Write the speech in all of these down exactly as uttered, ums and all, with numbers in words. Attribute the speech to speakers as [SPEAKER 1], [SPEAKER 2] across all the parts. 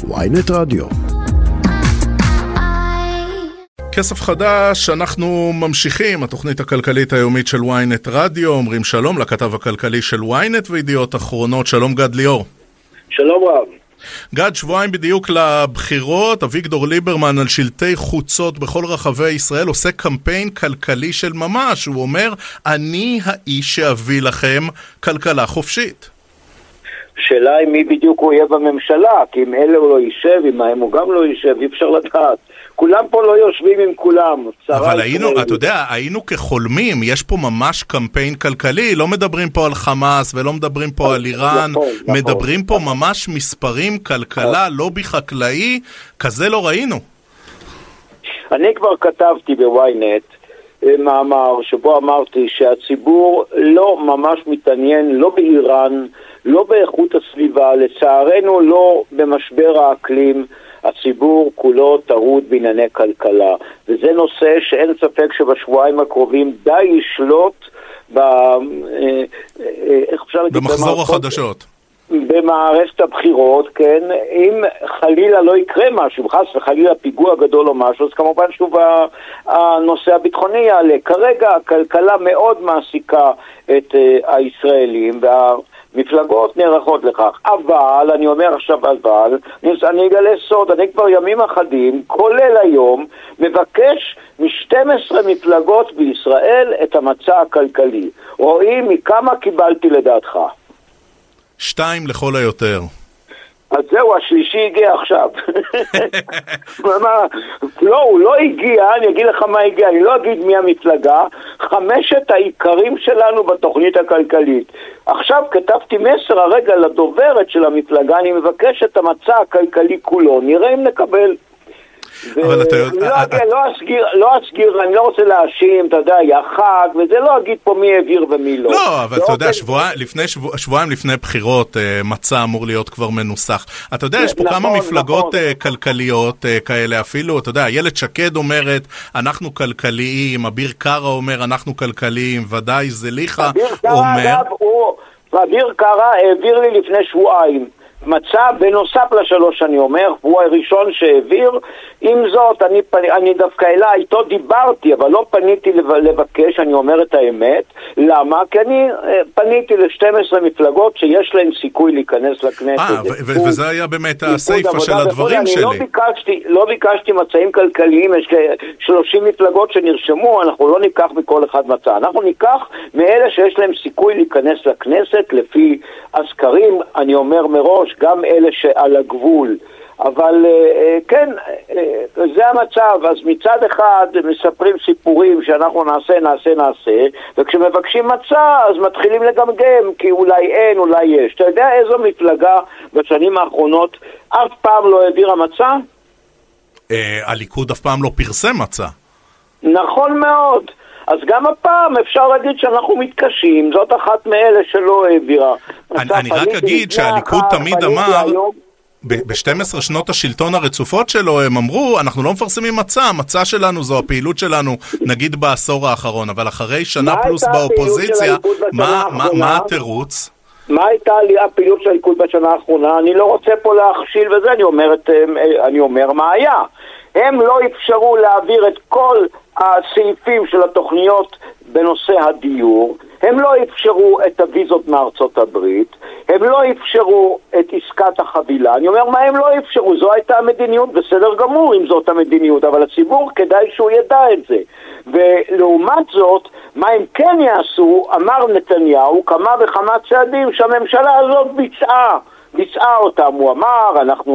[SPEAKER 1] וויינט רדיו. כסף חדש, אנחנו ממשיכים, התוכנית הכלכלית היומית של וויינט רדיו. אומרים שלום לכתב הכלכלי של וויינט וידיעות אחרונות, שלום גד ליאור.
[SPEAKER 2] שלום רב.
[SPEAKER 1] גד, שבועיים בדיוק לבחירות, אביגדור ליברמן על שלטי חוצות בכל רחבי ישראל עושה קמפיין כלכלי של ממש. הוא אומר, אני האיש שאביא לכם כלכלה חופשית.
[SPEAKER 2] שאלה היא מי בדיוק הוא יהיה בממשלה, כי אם אלה הוא לא יישב, אם הם הוא גם לא יישב, אי אפשר לדעת. כולם פה לא יושבים עם כולם.
[SPEAKER 1] אבל היינו, אתה יודע, היינו כחולמים, יש פה ממש קמפיין כלכלי, לא מדברים פה על חמאס ולא מדברים פה על איראן, מדברים פה ממש מספרים, כלכלה, לובי חקלאי, כזה לא ראינו.
[SPEAKER 2] אני כבר כתבתי בוויינט מאמר שבו אמרתי שהציבור לא ממש מתעניין, לא באיראן, לא באיכות הסביבה, לצערנו לא במשבר האקלים, הציבור כולו טרוד בענייני כלכלה, וזה נושא שאין ספק שבשבועיים הקרובים די ישלוט ב... איך אפשר להגיד?
[SPEAKER 1] במחזור החדשות.
[SPEAKER 2] במערכת הבחירות, כן, אם חלילה לא יקרה משהו, חס וחלילה פיגוע גדול או משהו, אז כמובן שוב הנושא הביטחוני יעלה. כרגע הכלכלה מאוד מעסיקה את הישראלים, וה... מפלגות נערכות לכך, אבל, אני אומר עכשיו אבל, אני אגלה סוד, אני כבר ימים אחדים, כולל היום, מבקש מ-שתים עשרה מפלגות בישראל את המצע הכלכלי. רואים מכמה קיבלתי לדעתך?
[SPEAKER 1] שתיים לכל היותר.
[SPEAKER 2] אז זהו, השלישי הגיע עכשיו. לא, הוא לא הגיע, אני אגיד לך מה הגיע, אני לא אגיד מי המפלגה, חמשת העיקרים שלנו בתוכנית הכלכלית. עכשיו כתבתי מסר הרגע לדוברת של המפלגה, אני מבקש את המצע הכלכלי כולו, נראה אם נקבל.
[SPEAKER 1] אבל אתה יודע...
[SPEAKER 2] לא אסגיר, לא אסגיר, אני לא רוצה להאשים, אתה יודע, יחד, וזה לא אגיד פה מי העביר ומי לא.
[SPEAKER 1] לא, אבל אתה יודע, שבועיים לפני בחירות מצע אמור להיות כבר מנוסח. אתה יודע, יש פה כמה מפלגות כלכליות כאלה אפילו, אתה יודע, איילת שקד אומרת, אנחנו כלכליים, אביר קארה אומר, אנחנו כלכליים, ודאי זליכה אומר...
[SPEAKER 2] אביר קארה העביר לי לפני שבועיים. מצא בנוסף לשלוש שאני אומר, הוא הראשון שהעביר. עם זאת, אני, אני דווקא אלה, איתו דיברתי, אבל לא פניתי לבקש, אני אומר את האמת. למה? כי אני פניתי ל-שתים עשרה מפלגות שיש להן סיכוי להיכנס לכנסת.
[SPEAKER 1] אה, וזה היה באמת הסייפה של הדברים שלי.
[SPEAKER 2] אני לא ביקשתי, לא ביקשתי מצעים כלכליים, יש שלושים מפלגות שנרשמו, אנחנו לא ניקח מכל אחד מצע. אנחנו ניקח מאלה שיש להם סיכוי להיכנס לכנסת, לפי הסקרים, אני אומר מראש, גם אלה שעל הגבול. אבל כן, זה המצב. אז מצד אחד מספרים סיפורים שאנחנו נעשה, נעשה, נעשה, וכשמבקשים מצע אז מתחילים לגמגם, כי אולי אין, אולי יש. אתה יודע איזו מפלגה בשנים האחרונות אף פעם לא העבירה מצע?
[SPEAKER 1] הליכוד אף פעם לא פרסם מצע.
[SPEAKER 2] נכון מאוד. אז גם הפעם אפשר להגיד שאנחנו מתקשים, זאת אחת מאלה שלא העבירה.
[SPEAKER 1] אני רק אגיד שהליכוד תמיד אמר, ב-שתים עשרה שנות השלטון הרצופות שלו, הם אמרו, אנחנו לא מפרסמים מצע, המצע שלנו זו הפעילות שלנו, נגיד בעשור האחרון, אבל אחרי שנה פלוס באופוזיציה, מה התירוץ?
[SPEAKER 2] מה הייתה הפעילות של הליכוד בשנה האחרונה? אני לא רוצה פה להכשיל וזה, אני אומר מה היה. הם לא אפשרו להעביר את כל הסעיפים של התוכניות בנושא הדיור, הם לא אפשרו את הוויזות מארצות הברית, הם לא אפשרו את עסקת החבילה. אני אומר מה הם לא אפשרו, זו הייתה המדיניות, בסדר גמור אם זאת המדיניות, אבל הציבור כדאי שהוא ידע את זה. ולעומת זאת, מה הם כן יעשו, אמר נתניהו כמה וכמה צעדים שהממשלה הזאת ביצעה. ביצעה אותם, הוא אמר, אנחנו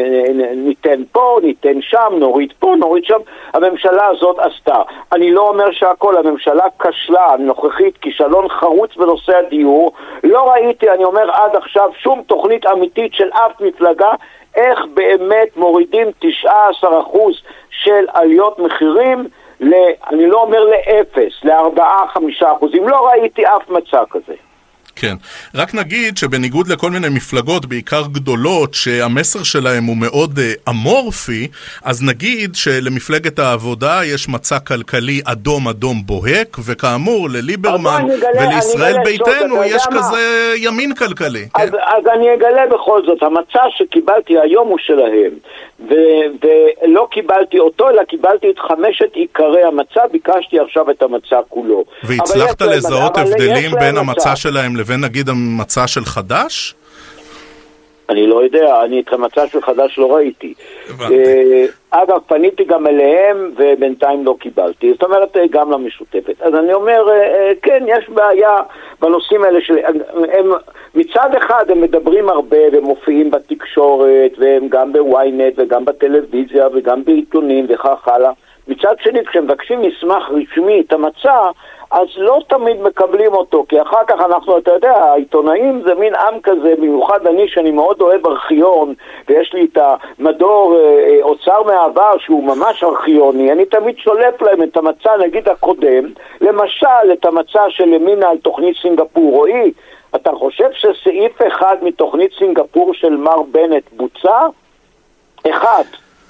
[SPEAKER 2] ניתן פה, ניתן שם, נוריד פה, נוריד שם. הממשלה הזאת עשתה. אני לא אומר שהכל, הממשלה כשלה, הנוכחית, כישלון חרוץ בנושא הדיור. לא ראיתי, אני אומר עד עכשיו, שום תוכנית אמיתית של אף מפלגה, איך באמת מורידים תשעה עשר אחוז של עליות מחירים, ל, אני לא אומר לאפס, לארבעה, חמישה אחוזים. לא ראיתי אף מצע כזה.
[SPEAKER 1] כן. רק נגיד שבניגוד לכל מיני מפלגות, בעיקר גדולות, שהמסר שלהם הוא מאוד uh, אמורפי, אז נגיד שלמפלגת העבודה יש מצע כלכלי אדום אדום בוהק, וכאמור לליברמן גלה, ולישראל ביתנו זאת, יש כזה מה? ימין כלכלי.
[SPEAKER 2] אז,
[SPEAKER 1] כן.
[SPEAKER 2] אז אני אגלה בכל זאת, המצע שקיבלתי היום הוא שלהם, ו, ולא קיבלתי אותו, אלא קיבלתי את חמשת עיקרי המצע, ביקשתי עכשיו את המצע כולו.
[SPEAKER 1] והצלחת לזהות הבדלים בין המצע שלהם לבין נגיד המצע של חדש?
[SPEAKER 2] אני לא יודע, אני את המצע של חדש לא ראיתי. אגב, פניתי גם אליהם ובינתיים לא קיבלתי. זאת אומרת, גם למשותפת. אז אני אומר, כן, יש בעיה בנושאים האלה של... הם, מצד אחד הם מדברים הרבה ומופיעים בתקשורת, והם גם בוויינט וגם בטלוויזיה וגם בעיתונים וכך הלאה. מצד שני, כשהם מבקשים מסמך רשמי את המצע, אז לא תמיד מקבלים אותו, כי אחר כך אנחנו, אתה יודע, העיתונאים זה מין עם כזה, במיוחד אני שאני מאוד אוהב ארכיון, ויש לי את המדור אה, אוצר מהעבר שהוא ממש ארכיוני, אני תמיד שולף להם את המצע, נגיד הקודם, למשל את המצע של ימינה על תוכנית סינגפור. רואי, אתה חושב שסעיף אחד מתוכנית סינגפור של מר בנט בוצע? אחד.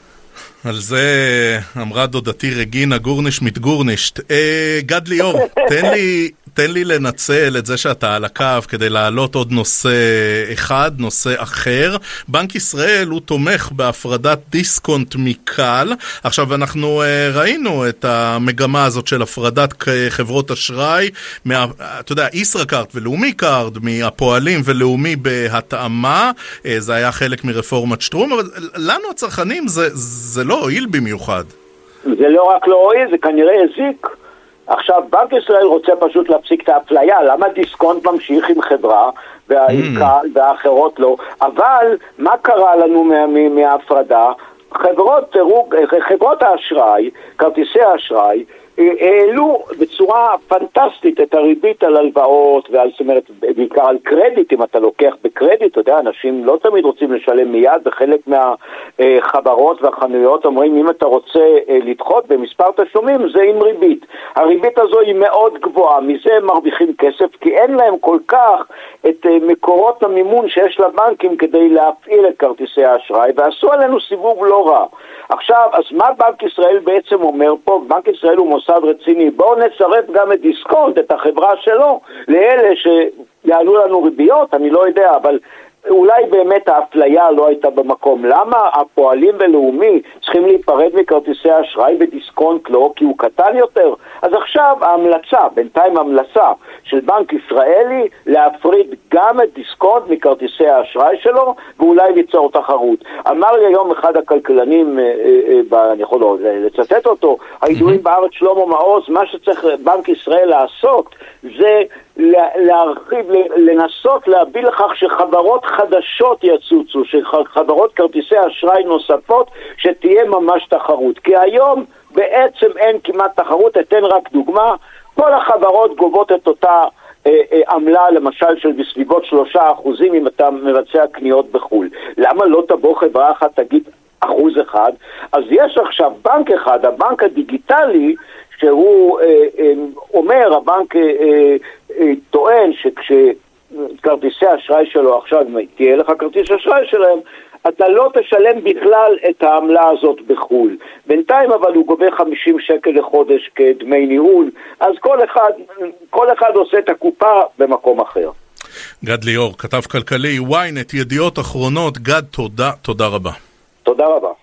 [SPEAKER 1] על זה אמרה דודתי רגינה גורניש מתגורנישט. אה, גד ליאור, תן לי, תן לי לנצל את זה שאתה על הקו כדי להעלות עוד נושא אחד, נושא אחר. בנק ישראל הוא תומך בהפרדת דיסקונט מקל. עכשיו אנחנו אה, ראינו את המגמה הזאת של הפרדת חברות אשראי, מה, אתה יודע, ישראכרט ולאומי קארד, מהפועלים ולאומי בהתאמה. אה, זה היה חלק מרפורמת שטרום, אבל לנו הצרכנים זה, זה לא הועיל במיוחד.
[SPEAKER 2] זה לא רק לא הועיל, זה כנראה הזיק. עכשיו, בנק ישראל רוצה פשוט להפסיק את האפליה. למה דיסקונט ממשיך עם חברה והעיקל והאחרות לא? אבל מה קרה לנו מה, מה, מההפרדה? חברות, חברות האשראי, כרטיסי האשראי, העלו בצורה פנטסטית את הריבית על הלוואות, ועל, זאת אומרת, בעיקר על קרדיט. אם אתה לוקח בקרדיט, אתה יודע, אנשים לא תמיד רוצים לשלם מיד, וחלק מהחברות והחנויות אומרים, אם אתה רוצה לדחות במספר תשלומים, זה עם ריבית. הריבית הזו היא מאוד גבוהה, מזה הם מרוויחים כסף, כי אין להם כל כך את מקורות המימון שיש לבנקים כדי להפעיל את כרטיסי האשראי, ועשו עלינו סיבוב לא רע. עכשיו, אז מה בנק ישראל בעצם אומר פה? בנק ישראל הוא מוסד רציני. בואו נצרף גם את דיסקונט, את החברה שלו, לאלה שיעלו לנו ריביות, אני לא יודע, אבל אולי באמת האפליה לא הייתה במקום. למה הפועלים ולאומי צריכים להיפרד מכרטיסי האשראי ודיסקונט לא? כי הוא קטן יותר. אז עכשיו ההמלצה, בינתיים המלצה של בנק ישראלי, להפריד גם את דיסקונט מכרטיסי האשראי שלו, ואולי ליצור תחרות. אמר לי היום אחד הכלכלנים, אני יכול לצטט אותו, הידועים בארץ שלמה מעוז, מה שצריך בנק ישראל לעשות זה להרחיב, לנסות להביא לכך שחברות חדשות יצוצו, שחברות כרטיסי אשראי נוספות, שתהיה ממש תחרות. כי היום בעצם אין כמעט תחרות. אתן רק דוגמה, כל החברות גובות את אותה עמלה, למשל של בסביבות שלושה אחוזים אם אתה מבצע קניות בחול. למה לא תבוא חברה אחת תגיד אחוז אחד? אז יש עכשיו בנק אחד, הבנק הדיגיטלי, שהוא אה, אה, אומר, הבנק אה, אה, טוען שכשכרטיסי אשראי שלו עכשיו, אם תהיה לך כרטיס אשראי שלהם, אתה לא תשלם בכלל את העמלה הזאת בחול. בינתיים אבל הוא גובה חמישים שקל לחודש כדמי ניהול, אז כל אחד, כל אחד עושה את הקופה במקום אחר.
[SPEAKER 1] גד ליאור, כתב כלכלי, וויינט, ידיעות אחרונות. גד, תודה, תודה רבה.
[SPEAKER 2] תודה רבה.